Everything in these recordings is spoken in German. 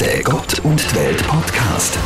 Der Gott und die Welt Podcast.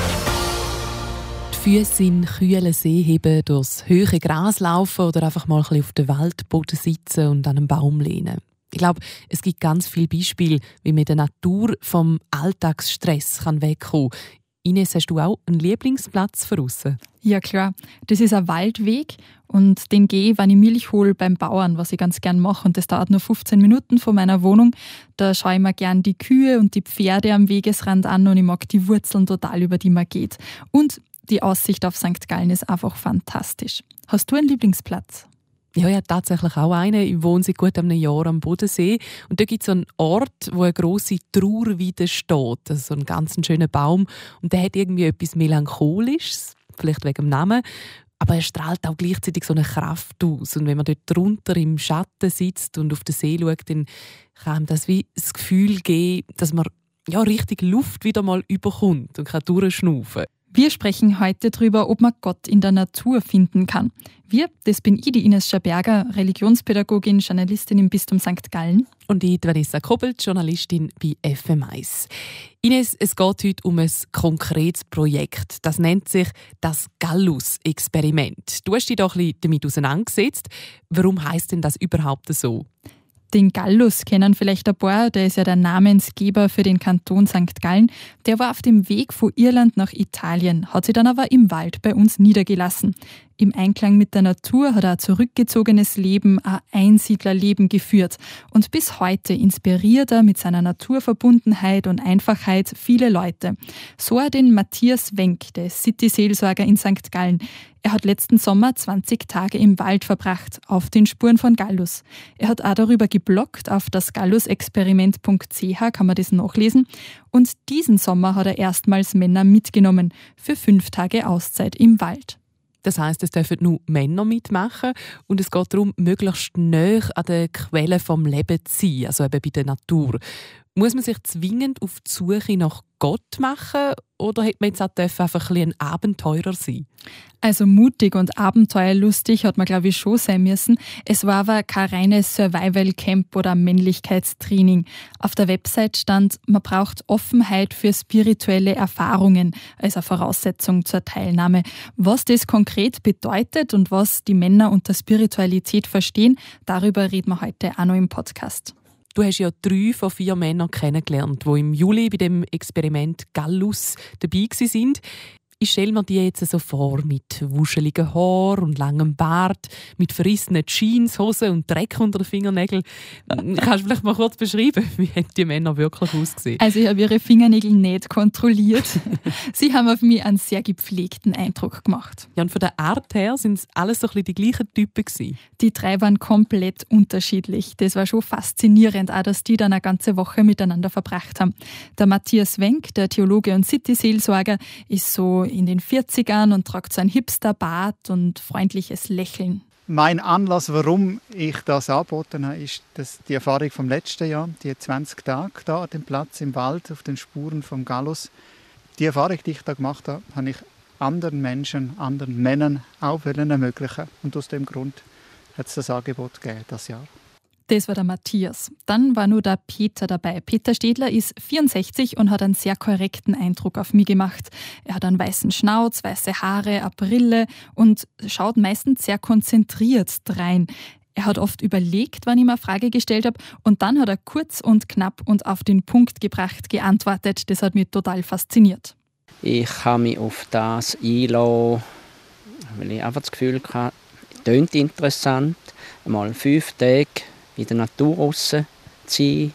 Die Füße in kühlen See heben, durchs hohe Gras laufen oder einfach mal ein bisschen auf dem Waldboden sitzen und an einem Baum lehnen. Ich glaube, es gibt ganz viele Beispiele, wie man in der Natur vom Alltagsstress wegkommen kann. Ines, hast du auch einen Lieblingsplatz für draussen? Ja klar, das ist ein Waldweg und den gehe ich, wenn ich Milch hole beim Bauern, was ich ganz gern mache. Und das dauert nur 15 Minuten von meiner Wohnung. Da schaue ich mir gern die Kühe und die Pferde am Wegesrand an und ich mag die Wurzeln total, über die man geht. Und die Aussicht auf St. Gallen ist einfach fantastisch. Hast du einen Lieblingsplatz? Ja, ich habe tatsächlich auch einen. Ich wohne seit gut einem Jahr am Bodensee. Und da gibt es so einen Ort, wo eine grosse Trauerweide steht. Also so einen ganz schönen Baum. Und der hat irgendwie etwas Melancholisches, vielleicht wegen dem Namen. Aber er strahlt auch gleichzeitig so eine Kraft aus. Und wenn man dort drunter im Schatten sitzt und auf den See schaut, dann kann einem das wie das Gefühl geben, dass man ja richtig Luft wieder mal überkommt und kann durchschnaufen. Wir sprechen heute darüber, ob man Gott in der Natur finden kann. Wir, das bin ich, die Ines Schaberger, Religionspädagogin, Journalistin im Bistum St. Gallen. Und ich, Vanessa Kobelt, Journalistin bei FM1. Ines, es geht heute um ein konkretes Projekt. Das nennt sich das Gallus-Experiment. Du hast dich doch ein bisschen damit auseinandergesetzt. Warum heisst denn das überhaupt so? Den Gallus kennen vielleicht ein paar, der ist ja der Namensgeber für den Kanton St. Gallen. Der war auf dem Weg von Irland nach Italien, hat sich dann aber im Wald bei uns niedergelassen. Im Einklang mit der Natur hat er ein zurückgezogenes Leben, ein Einsiedlerleben geführt. Und bis heute inspiriert er mit seiner Naturverbundenheit und Einfachheit viele Leute. So auch den Matthias Wenck, der ist City-Seelsorger in St. Gallen. Er hat letzten Sommer 20 Tage im Wald verbracht, auf den Spuren von Gallus. Er hat auch darüber gebloggt, auf das gallusexperiment.ch kann man das nachlesen. Und diesen Sommer hat er erstmals Männer mitgenommen für 5 Tage Auszeit im Wald. Das heisst, es dürfen nur Männer mitmachen und es geht darum, möglichst nahe an der Quelle vom Leben zu sein, also eben bei der Natur. Muss man sich zwingend auf die Suche nach Gott machen oder hätte man jetzt auch einfach ein Abenteurer sein? Also mutig und abenteuerlustig hat man, glaube ich, schon sein müssen. Es war aber kein reines Survival-Camp oder Männlichkeitstraining. Auf der Website stand, man braucht Offenheit für spirituelle Erfahrungen als eine Voraussetzung zur Teilnahme. Was das konkret bedeutet und was die Männer unter Spiritualität verstehen, darüber reden wir heute auch noch im Podcast. Du hast ja 3 von 4 Männern kennengelernt, die im Juli bei dem Experiment Gallus dabei waren. Ich stelle mir die jetzt so vor, mit wuscheligen Haaren und langem Bart, mit verrissenen Jeanshosen und Dreck unter den Fingernägeln. Kannst du vielleicht mal kurz beschreiben, wie die Männer wirklich ausgesehen? Also ich habe ihre Fingernägel nicht kontrolliert. Sie haben auf mich einen sehr gepflegten Eindruck gemacht. Ja, und von der Art her sind es alles so ein bisschen die gleichen Typen gewesen. Die 3 waren komplett unterschiedlich. Das war schon faszinierend, auch dass die dann eine ganze Woche miteinander verbracht haben. Der Matthias Wenck, der Theologe und City-Seelsorger, ist so in den 40ern und trägt so ein Hipster-Bart und freundliches Lächeln. Mein Anlass, warum ich das angeboten habe, ist die Erfahrung vom letzten Jahr, die 20 Tage da an dem Platz im Wald auf den Spuren vom Gallus. Die Erfahrung, die ich da gemacht habe, habe ich anderen Menschen, anderen Männern auch ermöglichen. Und aus dem Grund hat es das Angebot gegeben, das Jahr. Das war der Matthias. Dann war nur der Peter dabei. Peter Stedler ist 64 und hat einen sehr korrekten Eindruck auf mich gemacht. Er hat einen weißen Schnauz, weiße Haare, eine Brille und schaut meistens sehr konzentriert drein. Er hat oft überlegt, wann ich mir eine Frage gestellt habe, und dann hat er kurz und knapp und auf den Punkt gebracht geantwortet. Das hat mich total fasziniert. Ich habe mich auf das einlassen, weil ich einfach das Gefühl hatte, es klingt interessant, einmal 5 Tage in der Natur raus zu sein.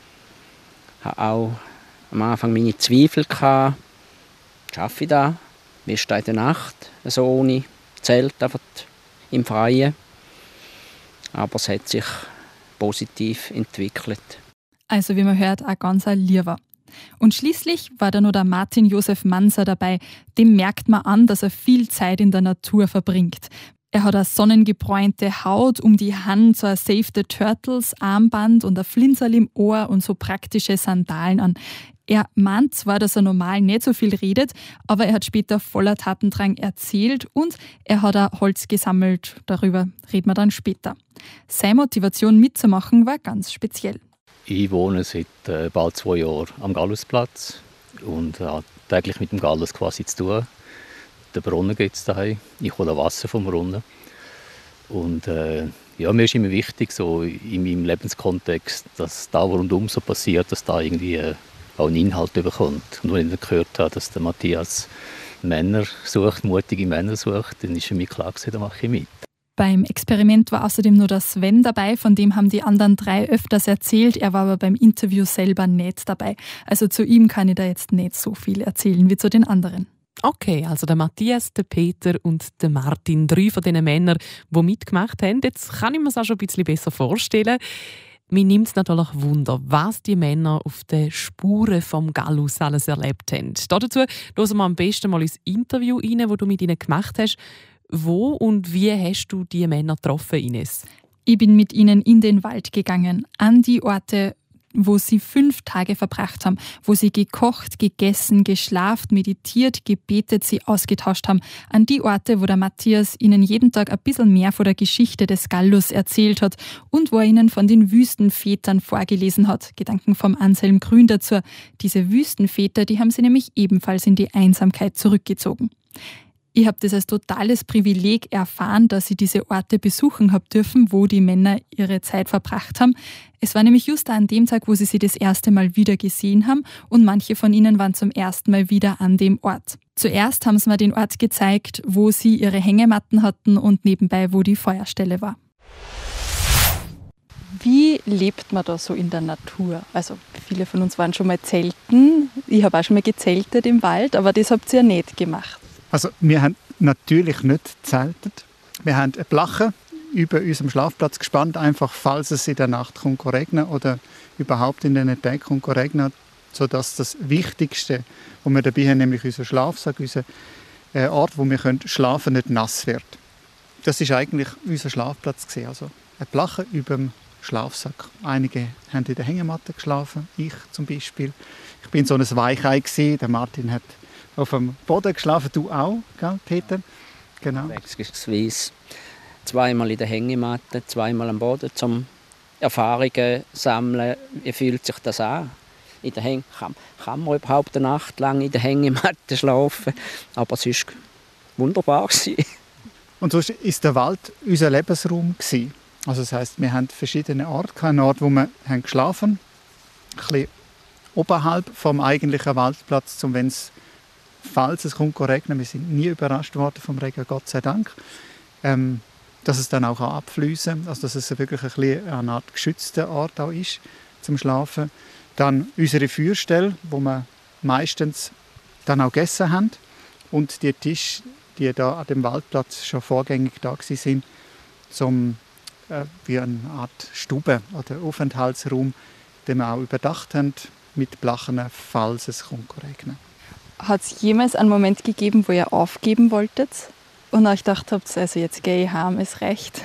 Ich hatte auch am Anfang meine Zweifel gehabt. Schaffe ich das? Wie ist das in der Nacht? So ohne Zelt, einfach im Freien. Aber es hat sich positiv entwickelt. Also wie man hört, auch ganz ein Lieber. Und schließlich war da noch der Martin Josef Manser dabei. Dem merkt man an, dass er viel Zeit in der Natur verbringt. Er hat eine sonnengebräunte Haut um die Hand, so ein Save the Turtles Armband und ein Flinserl im Ohr und so praktische Sandalen an. Er meint zwar, dass er normal nicht so viel redet, aber er hat später voller Tatendrang erzählt und er hat auch Holz gesammelt. Darüber reden wir dann später. Seine Motivation mitzumachen war ganz speziell. Ich wohne seit bald 2 Jahren am Gallusplatz und habe täglich mit dem Gallus quasi zu tun. Den Brunnen gibt es daheim. Ich hole Wasser vom Brunnen. Und mir ist immer wichtig, so in meinem Lebenskontext, dass da, was rundum so passiert, dass da irgendwie auch einen Inhalt bekommt. Und wenn ich dann gehört habe, dass der Matthias Männer sucht, mutige Männer sucht, dann ist für mich klar gewesen, da mache ich mit. Beim Experiment war außerdem nur der Sven dabei, von dem haben die anderen 3 öfters erzählt. Er war aber beim Interview selber nicht dabei. Also zu ihm kann ich da jetzt nicht so viel erzählen wie zu den anderen. Okay, also der Matthias, der Peter und der Martin, 3 von diesen Männern, die mitgemacht haben. Jetzt kann ich mir das auch schon ein bisschen besser vorstellen. Mir nimmt es natürlich Wunder, was die Männer auf den Spuren vom Gallus alles erlebt haben. Dazu hören wir am besten mal ins Interview rein, das du mit ihnen gemacht hast. Wo und wie hast du die Männer getroffen, Ines? Ich bin mit ihnen in den Wald gegangen, an die Orte, wo sie 5 Tage verbracht haben, wo sie gekocht, gegessen, geschlafen, meditiert, gebetet, sie ausgetauscht haben. An die Orte, wo der Matthias ihnen jeden Tag ein bisschen mehr von der Geschichte des Gallus erzählt hat und wo er ihnen von den Wüstenvätern vorgelesen hat. Gedanken vom Anselm Grün dazu. Diese Wüstenväter, die haben sie nämlich ebenfalls in die Einsamkeit zurückgezogen. Ich habe das als totales Privileg erfahren, dass ich diese Orte besuchen habe dürfen, wo die Männer ihre Zeit verbracht haben. Es war nämlich just an dem Tag, wo sie das erste Mal wieder gesehen haben und manche von ihnen waren zum ersten Mal wieder an dem Ort. Zuerst haben sie mir den Ort gezeigt, wo sie ihre Hängematten hatten und nebenbei, wo die Feuerstelle war. Wie lebt man da so in der Natur? Also viele von uns waren schon mal zelten. Ich habe auch schon mal gezeltet im Wald, aber das habt ihr ja nicht gemacht. Also wir haben natürlich nicht gezeltet. Wir haben eine Plache über unserem Schlafplatz gespannt, einfach falls es in der Nacht regnen oder überhaupt in den Tagen regnen, sodass das Wichtigste, was wir dabei haben, nämlich unser Schlafsack, unser Ort, wo wir schlafen können, nicht nass wird. Das ist eigentlich unser Schlafplatz gewesen. Also eine Plache über dem Schlafsack. Einige haben in der Hängematte geschlafen, ich zum Beispiel. Ich bin so ein Weichei gewesen. Der Martin hat auf dem Boden geschlafen, du auch, gell, Peter? Genau. Wechselsweise. 2-mal in der Hängematte, 2-mal am Boden, um Erfahrungen zu sammeln. Wie fühlt sich das an? Kann man überhaupt eine Nacht lang in der Hängematte schlafen? Aber es war wunderbar. Und sonst war der Wald unser Lebensraum gewesen. Also das heisst, wir hatten verschiedene Orte. Ein Ort, wo wir haben geschlafen haben, ein bisschen oberhalb vom eigentlichen Waldplatz, falls es regnet. Wir sind nie überrascht worden vom Regen, Gott sei Dank. Dass es dann auch abfließen kann, also dass es wirklich eine Art geschützter Ort auch ist zum Schlafen. Dann unsere Feuerstelle, wo wir meistens dann auch gegessen haben. Und die Tische, die da an dem Waldplatz schon vorgängig da waren, wie eine Art Stube oder Aufenthaltsraum, den wir auch überdacht haben mit Blachen, falls es regnet. Hat es jemals einen Moment gegeben, wo ihr aufgeben wolltet und euch gedacht habt, also jetzt gehe ich heim, es reicht?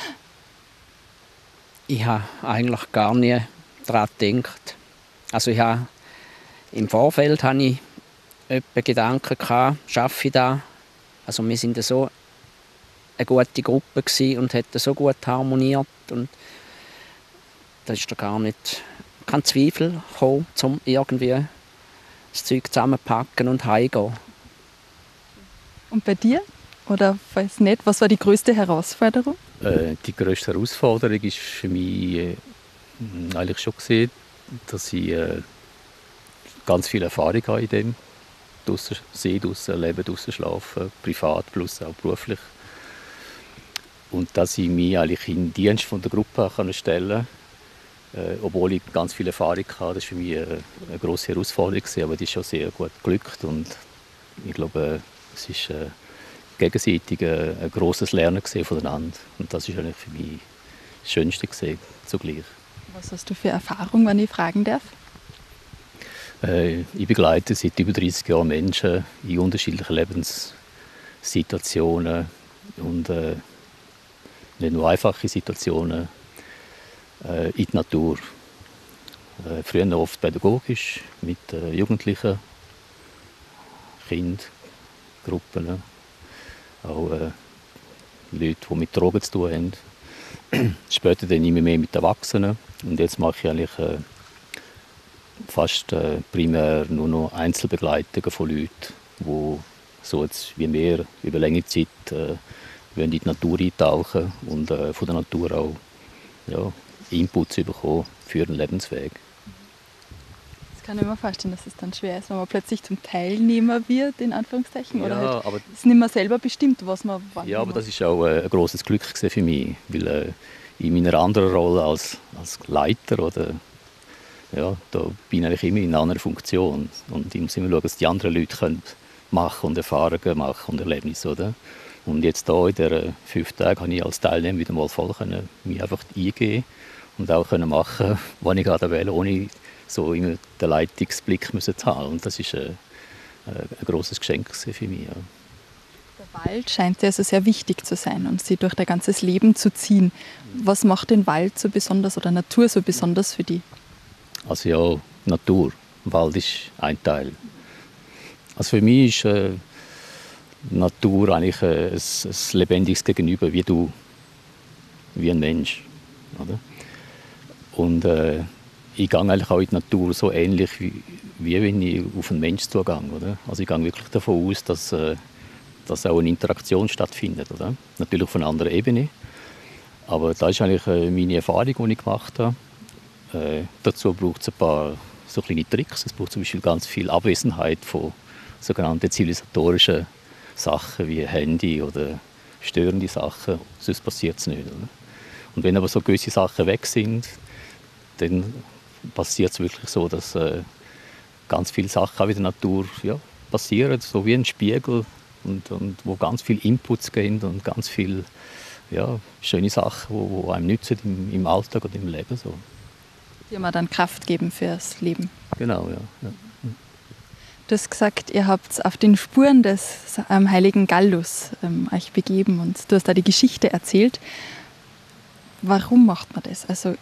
Ich habe eigentlich gar nie daran gedacht. Also im Vorfeld hatte ich etwa Gedanken gehabt, schaffe ich das? Also wir waren so eine gute Gruppe und hätten so gut harmoniert und da ist da gar nicht kein Zweifel gekommen, um irgendwie das Zeug zusammenpacken und heimgehen. Und bei dir? Oder falls nicht, was war die grösste Herausforderung? Die grösste Herausforderung war für mich eigentlich schon gesehen, dass ich ganz viel Erfahrung habe in dem. Draussen sehen, draussen leben, draussen schlafen, privat plus auch beruflich. Und dass ich mich eigentlich in den Dienst von der Gruppe stellen kann, obwohl ich ganz viel Erfahrung hatte. Das war für mich eine grosse Herausforderung, aber die ist schon sehr gut geglückt. Und ich glaube, es ist gegenseitig ein grosses Lernen voneinander. Und das ist eigentlich für mich das Schönste zugleich. Was hast du für Erfahrung, wenn ich fragen darf? Ich begleite seit über 30 Jahren Menschen in unterschiedlichen Lebenssituationen und nicht nur einfache Situationen in die Natur. Früher oft pädagogisch mit Jugendlichen, Kindern, Gruppen, auch Leute, die mit Drogen zu tun haben. Später dann immer mehr mit Erwachsenen. Und jetzt mache ich eigentlich fast primär nur noch Einzelbegleitungen von Leuten, die so jetzt wie wir über längere Zeit wollen in die Natur eintauchen und von der Natur auch Inputs bekommen für den Lebensweg. Das kann ich mir vorstellen, dass es dann schwer ist, wenn man plötzlich zum Teilnehmer wird, in Anführungszeichen, oder Ja, halt aber es nicht mehr selber bestimmt, was man wann ja, aber macht. das ist auch ein grosses Glück für mich, weil in meiner anderen Rolle als Leiter oder ja, da bin ich eigentlich immer in einer anderen Funktion und ich muss immer schauen, dass die anderen Leute können machen und Erfahrungen machen und Erlebnisse, oder? Und jetzt hier in diesen 5 Tagen konnte ich als Teilnehmer wieder mal voll mich einfach eingeben und auch machen, was ich gerade will, ohne so immer den Leitungsblick zu haben. Und das ist ein grosses Geschenk für mich. Ja. Der Wald scheint dir also sehr wichtig zu sein und sie durch dein ganzes Leben zu ziehen. Was macht den Wald so besonders oder Natur so besonders für dich? Also ja, Natur. Wald ist ein Teil. Also für mich ist Natur eigentlich ein lebendiges Gegenüber, wie ein Mensch. Oder? Und ich gehe eigentlich auch in die Natur so ähnlich, wie wenn ich auf einen Menschen zugehe. Oder? Also ich gehe wirklich davon aus, dass auch eine Interaktion stattfindet. Oder? Natürlich auf einer anderen Ebene. Aber das ist eigentlich meine Erfahrung, die ich gemacht habe. Dazu braucht es ein paar so kleine Tricks. Es braucht zum Beispiel ganz viel Abwesenheit von sogenannten zivilisatorischen Sachen wie Handy oder störende Sachen. Sonst passiert es nicht. Oder? Und wenn aber so gewisse Sachen weg sind, dann passiert es wirklich so, dass ganz viele Sachen auch in der Natur passieren, so wie ein Spiegel und wo ganz viele Inputs gehen und ganz viele schöne Sachen, die einem nützen im Alltag und im Leben. So. Die mir dann Kraft geben fürs Leben. Genau, ja. Du hast gesagt, ihr habt auf den Spuren des heiligen Gallus euch begeben und du hast da die Geschichte erzählt. Warum macht man das? Also,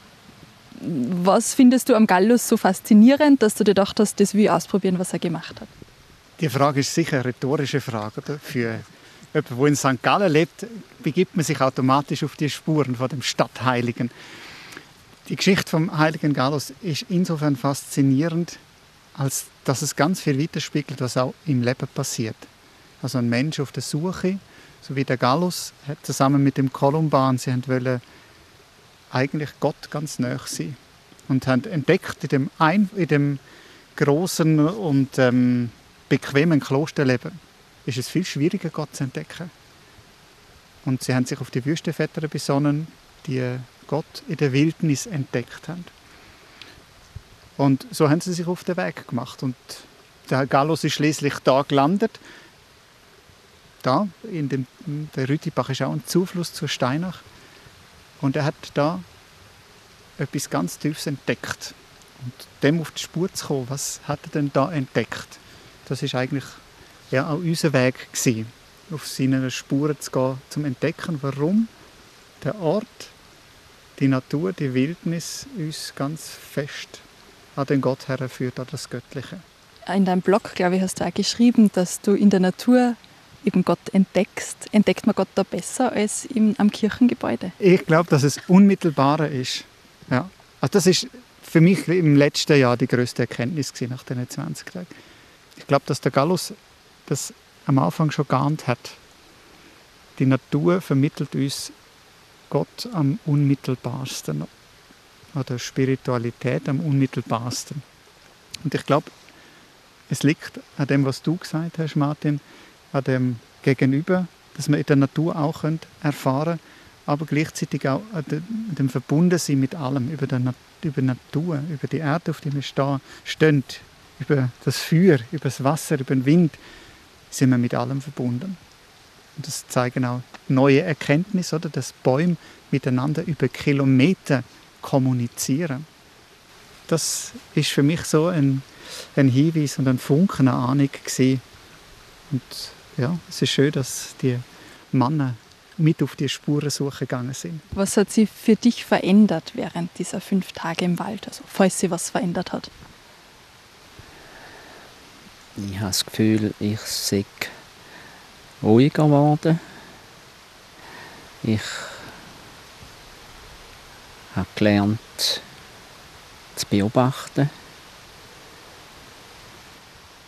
was findest du am Gallus so faszinierend, dass du dir gedacht hast, das will ich ausprobieren, was er gemacht hat? Die Frage ist sicher eine rhetorische Frage. Oder? Für jemanden, der in St. Gallen lebt, begibt man sich automatisch auf die Spuren von dem Stadtheiligen. Die Geschichte vom heiligen Gallus ist insofern faszinierend, als dass es ganz viel widerspiegelt, was auch im Leben passiert. Also ein Mensch auf der Suche, so wie der Gallus, hat zusammen mit dem Kolumban, sie wollten eigentlich Gott ganz nahe sein und haben entdeckt in dem großen und bequemen Klosterleben ist es viel schwieriger, Gott zu entdecken. Und sie haben sich auf die Wüstenväter besonnen, die Gott in der Wildnis entdeckt haben. Und so haben sie sich auf den Weg gemacht. Und der Gallus ist schließlich da gelandet. Der Rütibach ist auch ein Zufluss zur Steinach. Und er hat da etwas ganz Tiefes entdeckt. Und dem auf die Spur zu kommen, was hat er denn da entdeckt? Das ist eigentlich auch unser Weg gewesen, auf seine Spuren zu gehen, zum Entdecken, warum der Ort, die Natur, die Wildnis uns ganz fest an den Gott herführt, an das Göttliche. In deinem Blog, glaube ich, hast du auch geschrieben, dass du in der Natur eben Gott entdeckst. Entdeckt man Gott da besser als am Kirchengebäude? Ich glaube, dass es unmittelbarer ist. Ja. Also das ist für mich im letzten Jahr die grösste Erkenntnis nach diesen 20 Tagen. Ich glaube, dass der Gallus das am Anfang schon geahnt hat. Die Natur vermittelt uns Gott am unmittelbarsten. Oder Spiritualität am unmittelbarsten. Und ich glaube, es liegt an dem, was du gesagt hast, Martin, an dem Gegenüber, dass wir in der Natur auch erfahren können, aber gleichzeitig auch an dem Verbundensein mit allem, über die Natur, über die Erde, auf der wir stehen, über das Feuer, über das Wasser, über den Wind, sind wir mit allem verbunden. Und das zeigen auch neue Erkenntnisse, oder? Dass Bäume miteinander über Kilometer kommunizieren. Das ist für mich so ein Hinweis und ein Funken, eine Ahnung gewesen. Und ja, es ist schön, dass die Männer mit auf die Spurensuche gegangen sind. Was hat sich für dich verändert während dieser 5 Tage im Wald, also falls sich was verändert hat? Ich habe das Gefühl, ich sei ruhiger geworden. Ich habe gelernt, zu beobachten,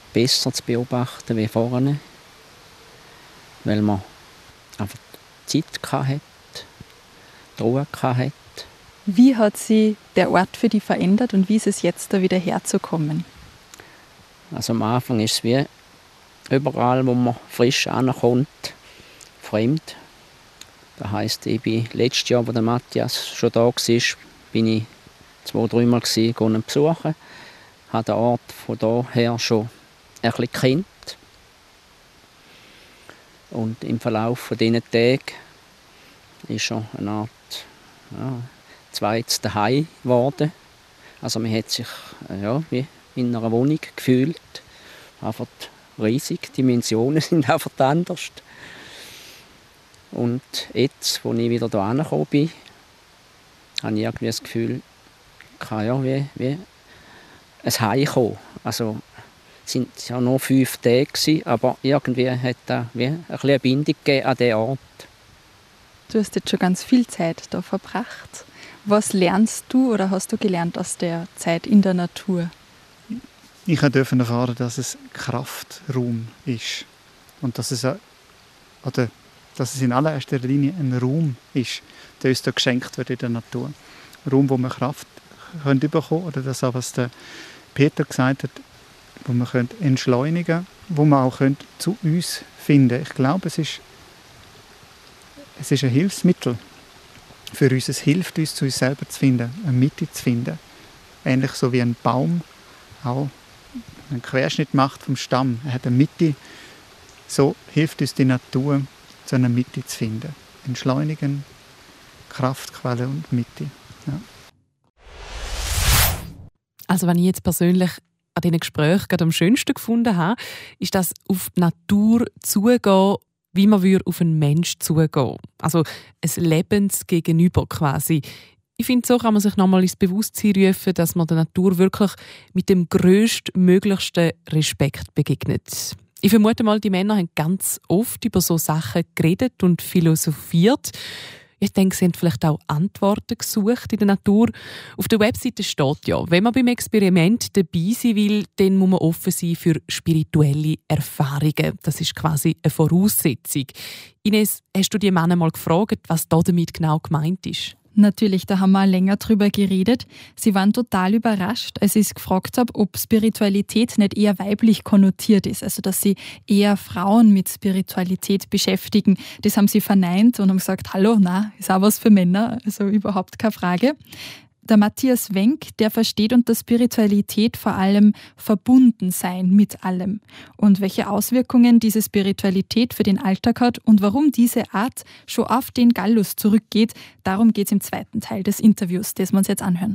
besser zu beobachten wie vorne, weil man einfach Zeit hatte, die Ruhe hatte. Wie hat sich der Ort für dich verändert und wie ist es jetzt, da wieder herzukommen? Also am Anfang ist es wie überall, wo man frisch ankommt, fremd. Das heisst, ich bin letztes Jahr, als der Matthias schon da war, bin ich 2-3 Mal ihn besuchen. Ich habe den Ort von daher schon ein bisschen gekannt. Und im Verlauf dieser Tage ist schon eine Art zweites Zuhause geworden. Also man hat sich wie in einer Wohnung gefühlt. Einfach riesig, die Dimensionen sind einfach anders. Und jetzt, als ich wieder hier angekommen bin, habe ich irgendwie das Gefühl, ich kann wie ein Heimkommen. Also es waren ja nur 5 Tage, aber irgendwie hat es wie ein bisschen eine Bindung gegeben an diesen Ort. Du hast jetzt schon ganz viel Zeit da verbracht. Was lernst du oder hast du gelernt aus der Zeit in der Natur? Ich durfte erfahren, dass es Kraftraum ist. Und dass es in allererster Linie ein Raum ist, der uns da geschenkt wird in der Natur. Ein Raum, wo wir Kraft bekommen können, oder das, was der Peter gesagt hat, wo wir entschleunigen können, wo wir auch zu uns finden können. Ich glaube, es ist ein Hilfsmittel für uns. Es hilft uns, zu uns selber zu finden, eine Mitte zu finden. Ähnlich so wie ein Baum auch einen Querschnitt macht vom Stamm. Er hat eine Mitte. So hilft uns die Natur, zu einer Mitte zu finden. Entschleunigen, Kraftquelle und Mitte. Ja. Also wenn ich jetzt persönlich an diesen Gesprächen gerade am schönsten gefunden habe, ist das auf die Natur zugehen, wie man auf einen Menschen zugehen. Also ein Lebensgegenüber quasi. Ich finde, so kann man sich nochmal ins Bewusstsein rufen, dass man der Natur wirklich mit dem grösstmöglichsten Respekt begegnet. Ich vermute mal, die Männer haben ganz oft über so Sachen geredet und philosophiert. Ich denke, sie haben vielleicht auch Antworten gesucht in der Natur. Auf der Webseite steht ja, wenn man beim Experiment dabei sein will, dann muss man offen sein für spirituelle Erfahrungen. Das ist quasi eine Voraussetzung. Ines, hast du die Männer mal gefragt, was da damit genau gemeint ist? Natürlich, da haben wir länger drüber geredet. Sie waren total überrascht, als ich gefragt habe, ob Spiritualität nicht eher weiblich konnotiert ist. Also, dass sie eher Frauen mit Spiritualität beschäftigen. Das haben sie verneint und haben gesagt, hallo, na, ist auch was für Männer. Also überhaupt keine Frage. Der Matthias Wenck, der versteht unter Spiritualität vor allem Verbundensein mit allem. Und welche Auswirkungen diese Spiritualität für den Alltag hat und warum diese Art schon auf den Gallus zurückgeht, darum geht es im zweiten Teil des Interviews, das wir uns jetzt anhören.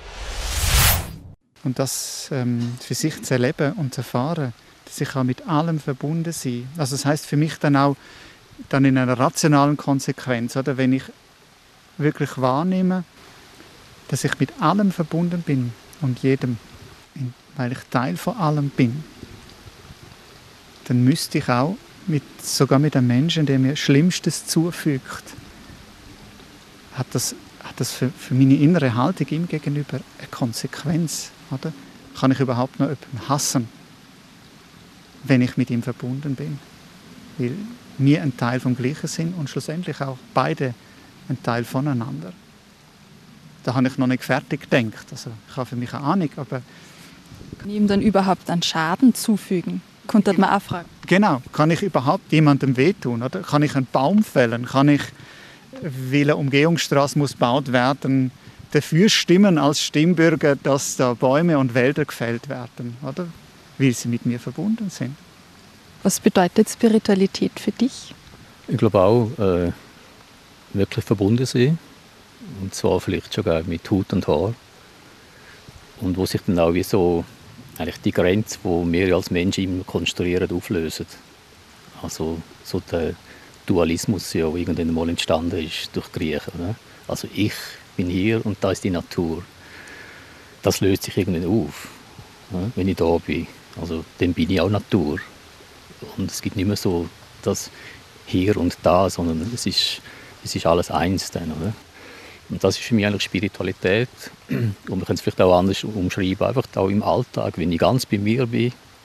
Und das für sich zu erleben und zu erfahren, dass ich auch mit allem verbunden sein. Also das heisst für mich dann auch in einer rationalen Konsequenz, oder? Wenn ich wirklich wahrnehme, dass ich mit allem verbunden bin und jedem, weil ich Teil von allem bin, dann müsste ich auch sogar mit einem Menschen, der mir Schlimmstes zufügt, hat das für meine innere Haltung ihm gegenüber eine Konsequenz. Oder? Kann ich überhaupt noch jemanden hassen, wenn ich mit ihm verbunden bin? Weil wir ein Teil vom Gleichen sind und schlussendlich auch beide ein Teil voneinander. Da habe ich noch nicht fertig gedacht. Also ich habe für mich eine Ahnung, aber... Kann ich ihm dann überhaupt einen Schaden zufügen? Könnte man auch fragen. Genau. Kann ich überhaupt jemandem wehtun? Oder? Kann ich einen Baum fällen? Kann ich, weil eine Umgehungsstraße muss gebaut werden, dafür stimmen als Stimmbürger, dass da Bäume und Wälder gefällt werden? Oder? Weil sie mit mir verbunden sind. Was bedeutet Spiritualität für dich? Ich glaube auch, wirklich verbunden sein. Und zwar vielleicht sogar mit Haut und Haar. Und wo sich dann auch wie so eigentlich die Grenze, die wir als Menschen immer konstruieren, auflösen. Also so der Dualismus, ja, der irgendwann mal entstanden ist durch die Griechen. Ne? Also ich bin hier und da ist die Natur. Das löst sich irgendwann auf, ne? Wenn ich da bin. Also dann bin ich auch Natur. Und es gibt nicht mehr so das Hier und Da, sondern es ist alles eins dann, oder? Und das ist für mich eigentlich Spiritualität. Und man kann es vielleicht auch anders umschreiben, einfach auch im Alltag, wenn ich ganz bei mir bin,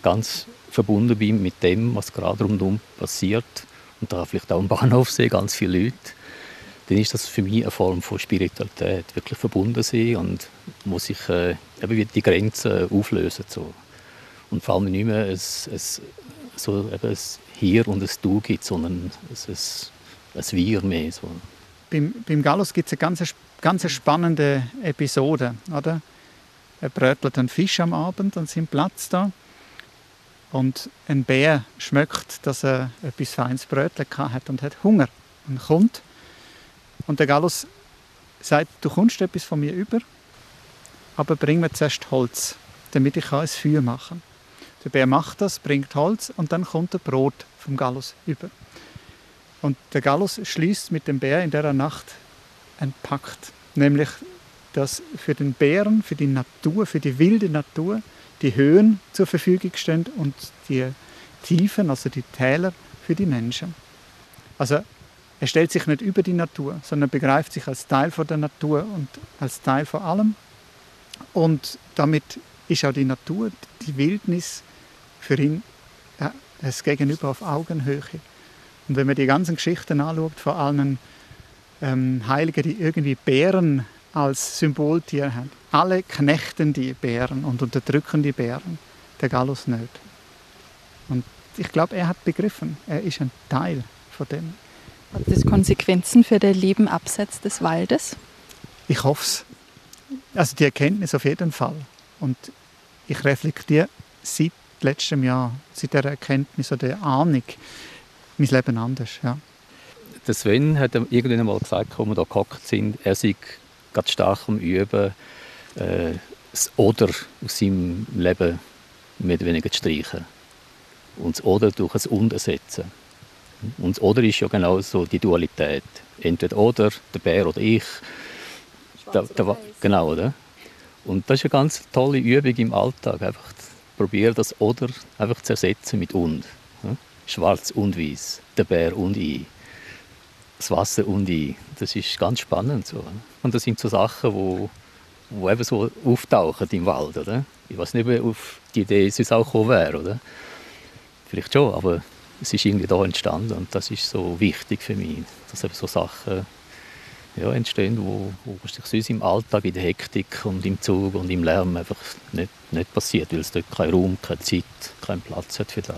ganz verbunden bin mit dem, was gerade rundum passiert, und da vielleicht auch am Bahnhof sehe, ganz viele Leute, dann ist das für mich eine Form von Spiritualität, wirklich verbunden sein und wo sich eben die Grenzen auflösen. So. Und vor allem nicht mehr ein Hier und ein Du gibt, sondern ein Wir mehr. So. Beim Gallus gibt es eine ganz spannende Episode. Oder? Er brötelt einen Fisch am Abend an seinem Platz da. Und ein Bär schmeckt, dass er etwas feines Brötchen hat und hat Hunger. Und kommt. Und der Gallus sagt, du kommst etwas von mir über, aber bring mir zuerst Holz, damit ich ein Feuer machen kann. Der Bär macht das, bringt Holz und dann kommt der Brot vom Gallus über. Und der Gallus schließt mit dem Bär in dieser Nacht einen Pakt. Nämlich, dass für den Bären, für die Natur, für die wilde Natur, die Höhen zur Verfügung stehen und die Tiefen, also die Täler, für die Menschen. Also er stellt sich nicht über die Natur, sondern begreift sich als Teil von der Natur und als Teil von allem. Und damit ist auch die Natur, die Wildnis für ihn das Gegenüber auf Augenhöhe. Und wenn man die ganzen Geschichten anschaut, vor allen Heiligen, die irgendwie Bären als Symboltier haben, alle knechten die Bären und unterdrücken die Bären, der Gallus nicht. Und ich glaube, er hat begriffen, er ist ein Teil von dem. Hat das Konsequenzen für das Leben abseits des Waldes? Ich hoffe es. Also die Erkenntnis auf jeden Fall. Und ich reflektiere seit letztem Jahr, seit der Erkenntnis oder der Ahnung, mein Leben anders. Ja. Der Sven hat irgendwann einmal gesagt, als wir da gehockt sind, er sei ganz stark am Üben, das Oder aus seinem Leben mehr oder weniger zu streichen. Und das Oder durch ein Und ersetzen. Und das Oder ist ja genau so die Dualität. Entweder oder, der Bär oder ich. Genau, oder? Und das ist eine ganz tolle Übung im Alltag. Einfach probieren, das Oder einfach zu ersetzen mit Und. Schwarz und Weiß, der Bär und ich, das Wasser und ich. Das ist ganz spannend. So. Und das sind so Sachen, die eben so auftauchen im Wald. Oder? Ich weiß nicht, ob auf die Idee es auch gekommen wäre. Oder? Vielleicht schon, aber es ist irgendwie da entstanden und das ist so wichtig für mich, dass eben so Sachen entstehen, wo sich sonst im Alltag, in der Hektik und im Zug und im Lärm einfach nicht passiert, weil es dort keinen Raum, keine Zeit, keinen Platz hat für das.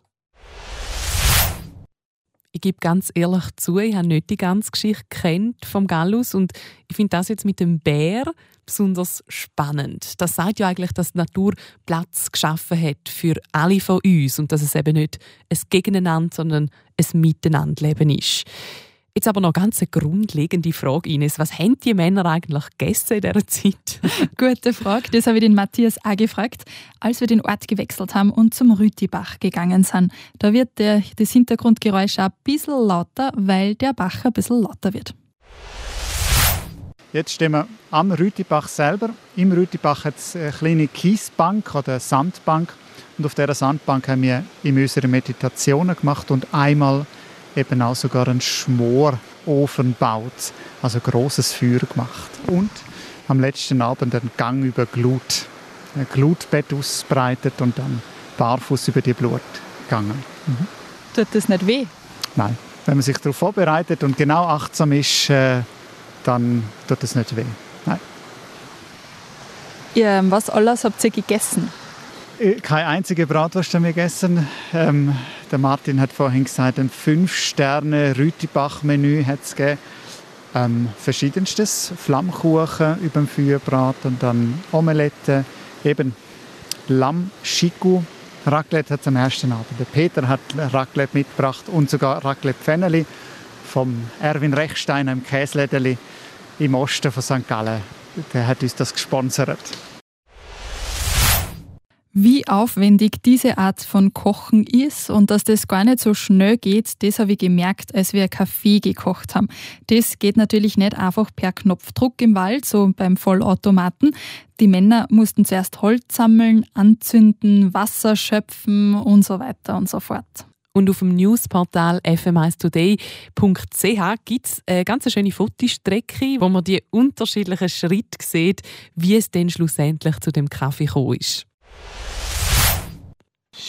Ich gebe ganz ehrlich zu, ich habe nicht die ganze Geschichte kennt vom Gallus und ich finde das jetzt mit dem Bär besonders spannend. Das sagt ja eigentlich, dass die Natur Platz geschaffen hat für alle von uns und dass es eben nicht ein Gegeneinander, sondern ein Miteinanderleben ist. Jetzt aber noch ganz eine grundlegende Frage, Ines. Was haben die Männer eigentlich gegessen in dieser Zeit? Gute Frage, das habe ich den Matthias auch gefragt, als wir den Ort gewechselt haben und zum Rütibach gegangen sind. Da wird das Hintergrundgeräusch auch ein bisschen lauter, weil der Bach ein bisschen lauter wird. Jetzt stehen wir am Rütibach selber. Im Rütibach hat es eine kleine Kiesbank oder eine Sandbank. Und auf dieser Sandbank haben wir in unsere Meditationen gemacht und einmal eben auch sogar einen Schmorofen gebaut, also ein grosses Feuer gemacht. Und am letzten Abend einen Gang über Glut, ein Glutbett ausbreitet und dann barfuß über die Blut gegangen. Tut das nicht weh? Nein, wenn man sich darauf vorbereitet und genau achtsam ist, dann tut es nicht weh. Nein. Ja, was alles habt ihr gegessen? Keine einzige Bratwurst haben wir gegessen. Der Martin hat vorhin gesagt, ein 5-Sterne-Rütibach-Menü hat es gegeben. Verschiedenstes. Flammkuchen über dem Feuer braten und dann Omelette, eben Lamm-Schiku. Raclette hat es am ersten Abend. Der Peter hat Raclette mitgebracht und sogar Raclette-Pfenneli vom Erwin Rechsteiner im Käslädeli im Osten von St. Gallen. Der hat uns das gesponsert. Wie aufwendig diese Art von Kochen ist und dass das gar nicht so schnell geht, das habe ich gemerkt, als wir Kaffee gekocht haben. Das geht natürlich nicht einfach per Knopfdruck im Wald, so beim Vollautomaten. Die Männer mussten zuerst Holz sammeln, anzünden, Wasser schöpfen und so weiter und so fort. Und auf dem Newsportal fm1today.ch gibt es eine ganz schöne Fotostrecke, wo man die unterschiedlichen Schritte sieht, wie es denn schlussendlich zu dem Kaffee gekommen ist.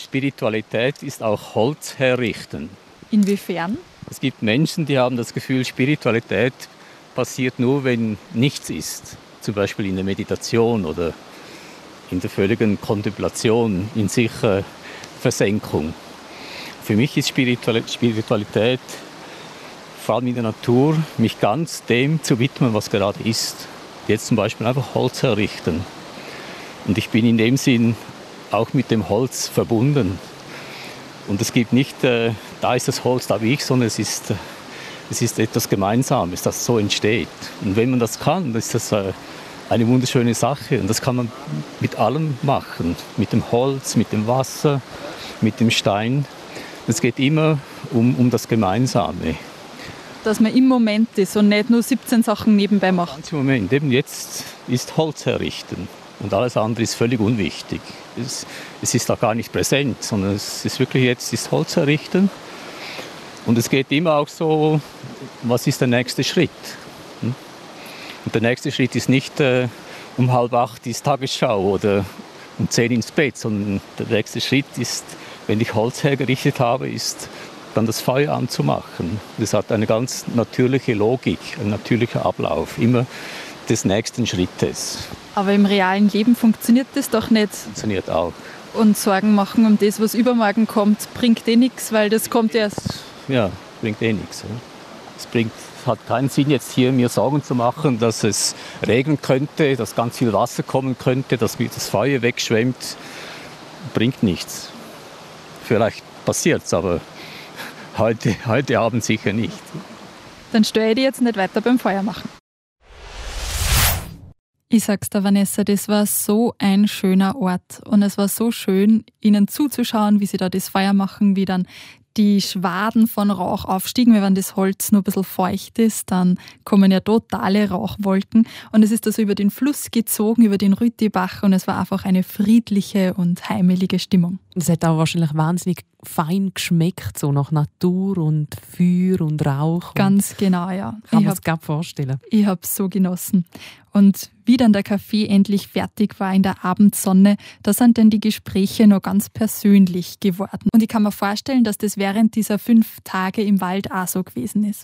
Spiritualität ist auch Holz herrichten. Inwiefern? Es gibt Menschen, die haben das Gefühl, Spiritualität passiert nur, wenn nichts ist. Zum Beispiel in der Meditation oder in der völligen Kontemplation, in sich Versenkung. Für mich ist Spiritualität, vor allem in der Natur, mich ganz dem zu widmen, was gerade ist. Jetzt zum Beispiel einfach Holz herrichten. Und ich bin in dem Sinn auch mit dem Holz verbunden. Und es gibt nicht, da ist das Holz, da bin ich, sondern es ist etwas Gemeinsames, das so entsteht. Und wenn man das kann, dann ist das eine wunderschöne Sache. Und das kann man mit allem machen. Mit dem Holz, mit dem Wasser, mit dem Stein. Es geht immer um das Gemeinsame. Dass man im Moment ist und nicht nur 17 Sachen nebenbei macht. Ganz im Moment. Eben jetzt ist Holz herrichten. Und alles andere ist völlig unwichtig. Es ist da gar nicht präsent, sondern es ist wirklich jetzt ist Holz herrichten. Und es geht immer auch so, was ist der nächste Schritt? Und der nächste Schritt ist nicht um 7:30 ist Tagesschau oder um 10 ins Bett, sondern der nächste Schritt ist, wenn ich Holz hergerichtet habe, ist dann das Feuer anzumachen. Das hat eine ganz natürliche Logik, ein natürlicher Ablauf, immer des nächsten Schrittes. Aber im realen Leben funktioniert das doch nicht. Funktioniert auch. Und Sorgen machen um das, was übermorgen kommt, bringt nichts, weil das kommt erst. Ja, bringt nichts. Es hat keinen Sinn, jetzt hier mir Sorgen zu machen, dass es regnen könnte, dass ganz viel Wasser kommen könnte, dass mir das Feuer wegschwemmt. Bringt nichts. Vielleicht passiert es, aber heute Abend sicher nicht. Dann störe ich dich jetzt nicht weiter beim Feuer machen. Ich sag's dir, Vanessa, das war so ein schöner Ort und es war so schön, ihnen zuzuschauen, wie sie da das Feuer machen, wie dann die Schwaden von Rauch aufstiegen, weil wenn das Holz nur ein bisschen feucht ist, dann kommen ja totale Rauchwolken und es ist da so über den Fluss gezogen, über den Rüttibach und es war einfach eine friedliche und heimelige Stimmung. Es hat auch wahrscheinlich wahnsinnig fein geschmeckt, so nach Natur und Feuer und Rauch. Ganz genau, ja. Kann man es gar vorstellen. Ich habe es so genossen. Und wie dann der Kaffee endlich fertig war in der Abendsonne, da sind dann die Gespräche noch ganz persönlich geworden. Und ich kann mir vorstellen, dass das während dieser 5 Tage im Wald auch so gewesen ist.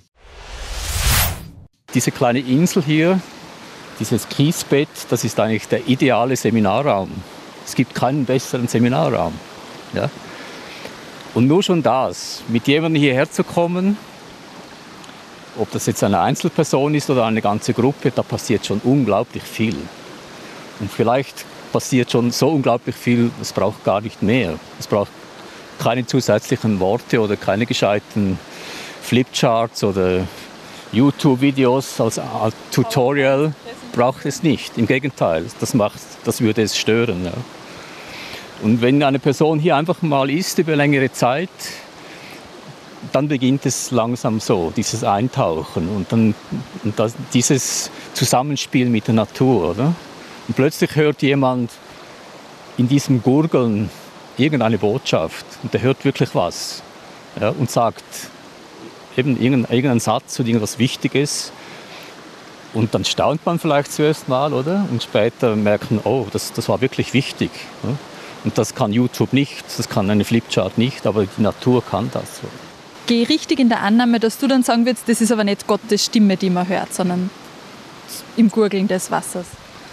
Diese kleine Insel hier, dieses Kiesbett, das ist eigentlich der ideale Seminarraum. Es gibt keinen besseren Seminarraum. Ja? Und nur schon das, mit jemandem hierher zu kommen, ob das jetzt eine Einzelperson ist oder eine ganze Gruppe, da passiert schon unglaublich viel. Und vielleicht passiert schon so unglaublich viel, es braucht gar nicht mehr. Es braucht keine zusätzlichen Worte oder keine gescheiten Flipcharts oder YouTube-Videos als Tutorial. Braucht es nicht. Im Gegenteil, das würde es stören. Ja. Und wenn eine Person hier einfach mal ist über längere Zeit, dann beginnt es langsam so, dieses Eintauchen und dieses Zusammenspiel mit der Natur. Oder? Und plötzlich hört jemand in diesem Gurgeln irgendeine Botschaft und der hört wirklich was, ja, und sagt eben irgendeinen Satz oder irgendwas Wichtiges. Und dann staunt man vielleicht zuerst mal, oder? Und später merkt man, oh, das war wirklich wichtig. Ja? Und das kann YouTube nicht, das kann eine Flipchart nicht, aber die Natur kann das. Gehe richtig in der Annahme, dass du dann sagen würdest, das ist aber nicht Gottes Stimme, die man hört, sondern im Gurgeln des Wassers.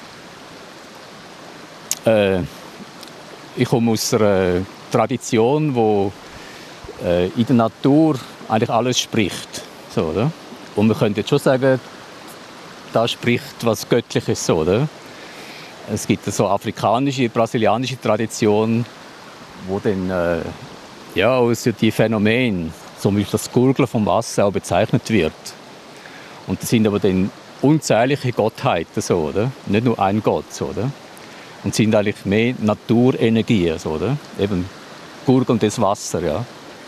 Ich komme aus einer Tradition, wo in der Natur eigentlich alles spricht. So, oder? Und man könnte jetzt schon sagen, da spricht was Göttliches. So, oder? Es gibt so afrikanische, brasilianische Tradition, wo dann also die Phänomene, so wie das Gurgeln vom Wasser auch bezeichnet wird. Und das sind aber dann unzählige Gottheiten, so, oder? Nicht nur ein Gott, so, oder? Und sind eigentlich mehr Naturenergien, so, oder? Eben gurgelndes Wasser, ja.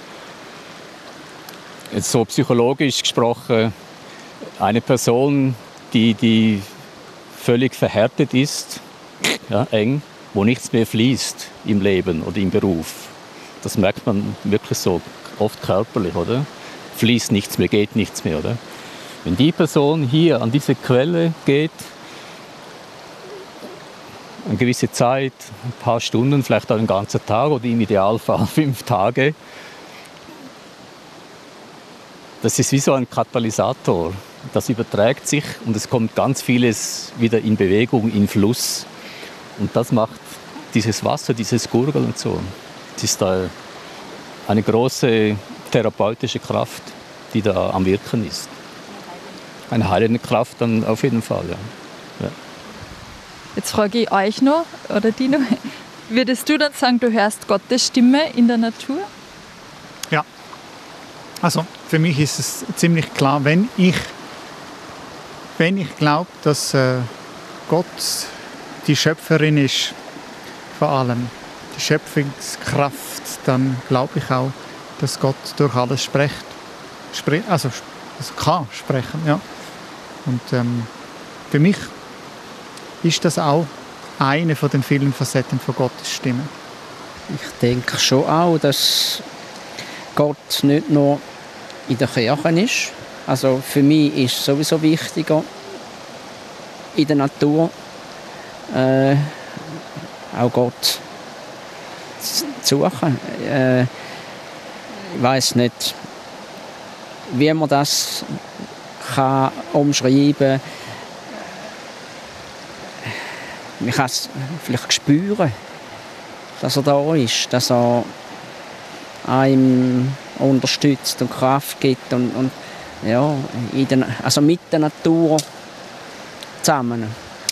Jetzt so psychologisch gesprochen, eine Person, die völlig verhärtet ist, ja, eng, wo nichts mehr fließt im Leben oder im Beruf. Das merkt man wirklich so oft körperlich, oder? Fließt nichts mehr, geht nichts mehr, oder? Wenn die Person hier an diese Quelle geht, eine gewisse Zeit, ein paar Stunden, vielleicht auch einen ganzen Tag oder im Idealfall 5 Tage. Das ist wie so ein Katalysator. Das überträgt sich und es kommt ganz vieles wieder in Bewegung, in Fluss. Und das macht dieses Wasser, dieses Gurgeln und so. Es ist eine große therapeutische Kraft, die da am Wirken ist. Eine heilende Kraft dann auf jeden Fall, ja. Jetzt frage ich euch noch, oder Dino, würdest du dann sagen, du hörst Gottes Stimme in der Natur? Ja. Also für mich ist es ziemlich klar, wenn ich glaube, dass Gott die Schöpferin ist, vor allem die Schöpfungskraft, dann glaube ich auch, dass Gott durch alles spricht. Also kann sprechen, ja. Und für mich ist das auch eine von den vielen Facetten von Gottes Stimme. Ich denke schon auch, dass Gott nicht nur in der Kirche ist. Also für mich ist es sowieso wichtiger, in der Natur auch Gott zu suchen. Ich weiss nicht, wie man das kann umschreiben kann. Man kann es vielleicht spüren, dass er da ist, dass er einem unterstützt und Kraft gibt und ja, also mit der Natur zusammen.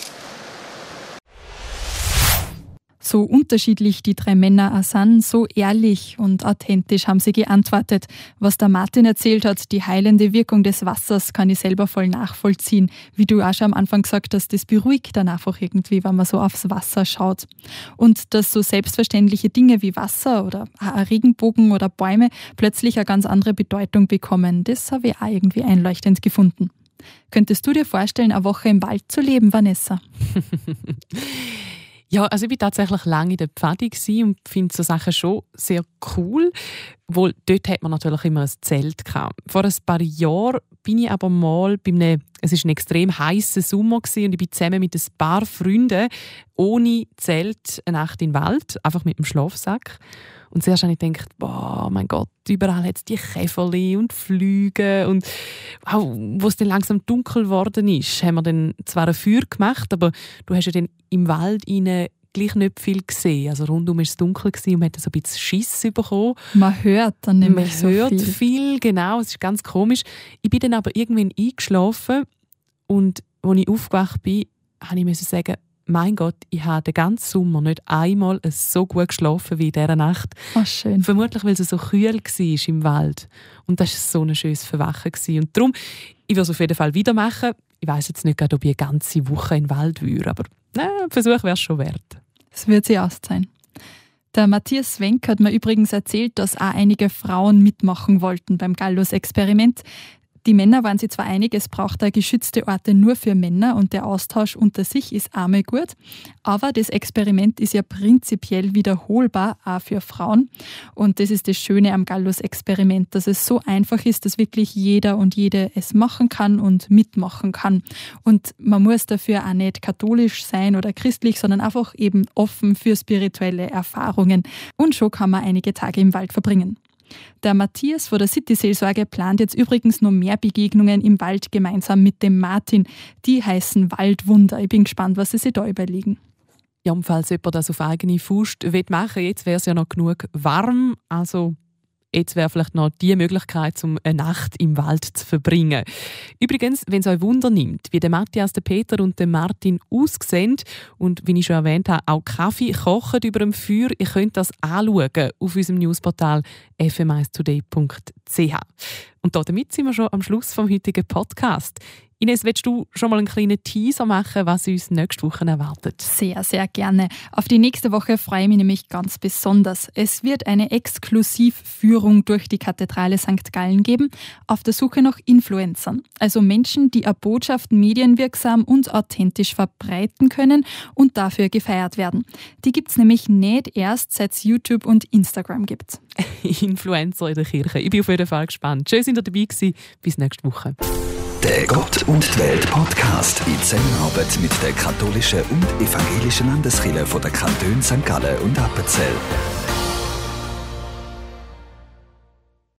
So unterschiedlich die 3 Männer auch sind, so ehrlich und authentisch haben sie geantwortet. Was der Martin erzählt hat, die heilende Wirkung des Wassers, kann ich selber voll nachvollziehen. Wie du auch schon am Anfang gesagt hast, das beruhigt dann einfach irgendwie, wenn man so aufs Wasser schaut. Und dass so selbstverständliche Dinge wie Wasser oder ein Regenbogen oder Bäume plötzlich eine ganz andere Bedeutung bekommen, das habe ich auch irgendwie einleuchtend gefunden. Könntest du dir vorstellen, eine Woche im Wald zu leben, Vanessa? Ja, also ich war tatsächlich lange in der Pfadi und finde so Sachen schon sehr cool. Obwohl, dort hat man natürlich immer ein Zelt gehabt. Vor ein paar Jahren bin ich aber mal es war ein extrem heißer Sommer und ich bin zusammen mit ein paar Freunden ohne Zelt eine Nacht in den Wald, einfach mit dem Schlafsack. Und zuerst habe ich gedacht, boah, mein Gott, überall hat es die Käferli und Flüge. Und auch, wo es dann langsam dunkel geworden ist, haben wir dann zwar ein Feuer gemacht, aber du hast ja dann im Wald gleich nicht viel gesehen. Also rundum war es dunkel und man hat so ein bisschen Schiss bekommen. Man hört dann nämlich so viel. Man hört viel, genau. Es ist ganz komisch. Ich bin dann aber irgendwann eingeschlafen und als ich aufgewacht bin, musste ich sagen, mein Gott, ich habe den ganzen Sommer nicht einmal so gut geschlafen wie in dieser Nacht. Oh, schön. Vermutlich, weil es so kühl war im Wald. Und das war so ein schönes Verwachen. Und darum, ich will es auf jeden Fall wieder machen. Ich weiss jetzt nicht, ob ich eine ganze Woche in den Wald würde, aber ein Versuch wäre es schon wert. Das wird sie auszahlen. Der Matthias Wenck hat mir übrigens erzählt, dass auch einige Frauen mitmachen wollten beim Gallus-Experiment. Die Männer waren sich zwar einig, es braucht da geschützte Orte nur für Männer und der Austausch unter sich ist einmal gut, aber das Experiment ist ja prinzipiell wiederholbar, auch für Frauen. Und das ist das Schöne am Gallus-Experiment, dass es so einfach ist, dass wirklich jeder und jede es machen kann und mitmachen kann. Und man muss dafür auch nicht katholisch sein oder christlich, sondern einfach eben offen für spirituelle Erfahrungen. Und schon kann man einige Tage im Wald verbringen. Der Matthias von der City-Seelsorge plant jetzt übrigens noch mehr Begegnungen im Wald gemeinsam mit dem Martin. Die heißen Waldwunder. Ich bin gespannt, was sie sich da überlegen. Ja, und falls jemand das auf eigene Faust machen will, jetzt wäre es ja noch genug warm. Also jetzt wäre vielleicht noch die Möglichkeit, um eine Nacht im Wald zu verbringen. Übrigens, wenn es euch Wunder nimmt, wie der Matthias, der Peter und der Martin aussehen und, wie ich schon erwähnt habe, auch Kaffee kochen über dem Feuer, ihr könnt das anschauen auf unserem Newsportal fm1today.ch. Und damit sind wir schon am Schluss vom heutigen Podcast. Ines, willst du schon mal einen kleinen Teaser machen, was uns nächste Woche erwartet? Sehr, sehr gerne. Auf die nächste Woche freue ich mich nämlich ganz besonders. Es wird eine Exklusivführung durch die Kathedrale St. Gallen geben, auf der Suche nach Influencern. Also Menschen, die eine Botschaft medienwirksam und authentisch verbreiten können und dafür gefeiert werden. Die gibt es nämlich nicht erst, seit es YouTube und Instagram gibt. Influencer in der Kirche. Ich bin auf jeden Fall gespannt. Schön, dass ihr dabei gewesen. Bis nächste Woche. Der Gott und die Welt Podcast in Zusammenarbeit mit der katholischen und evangelischen Landeskirche von der Kantone St. Gallen und Appenzell.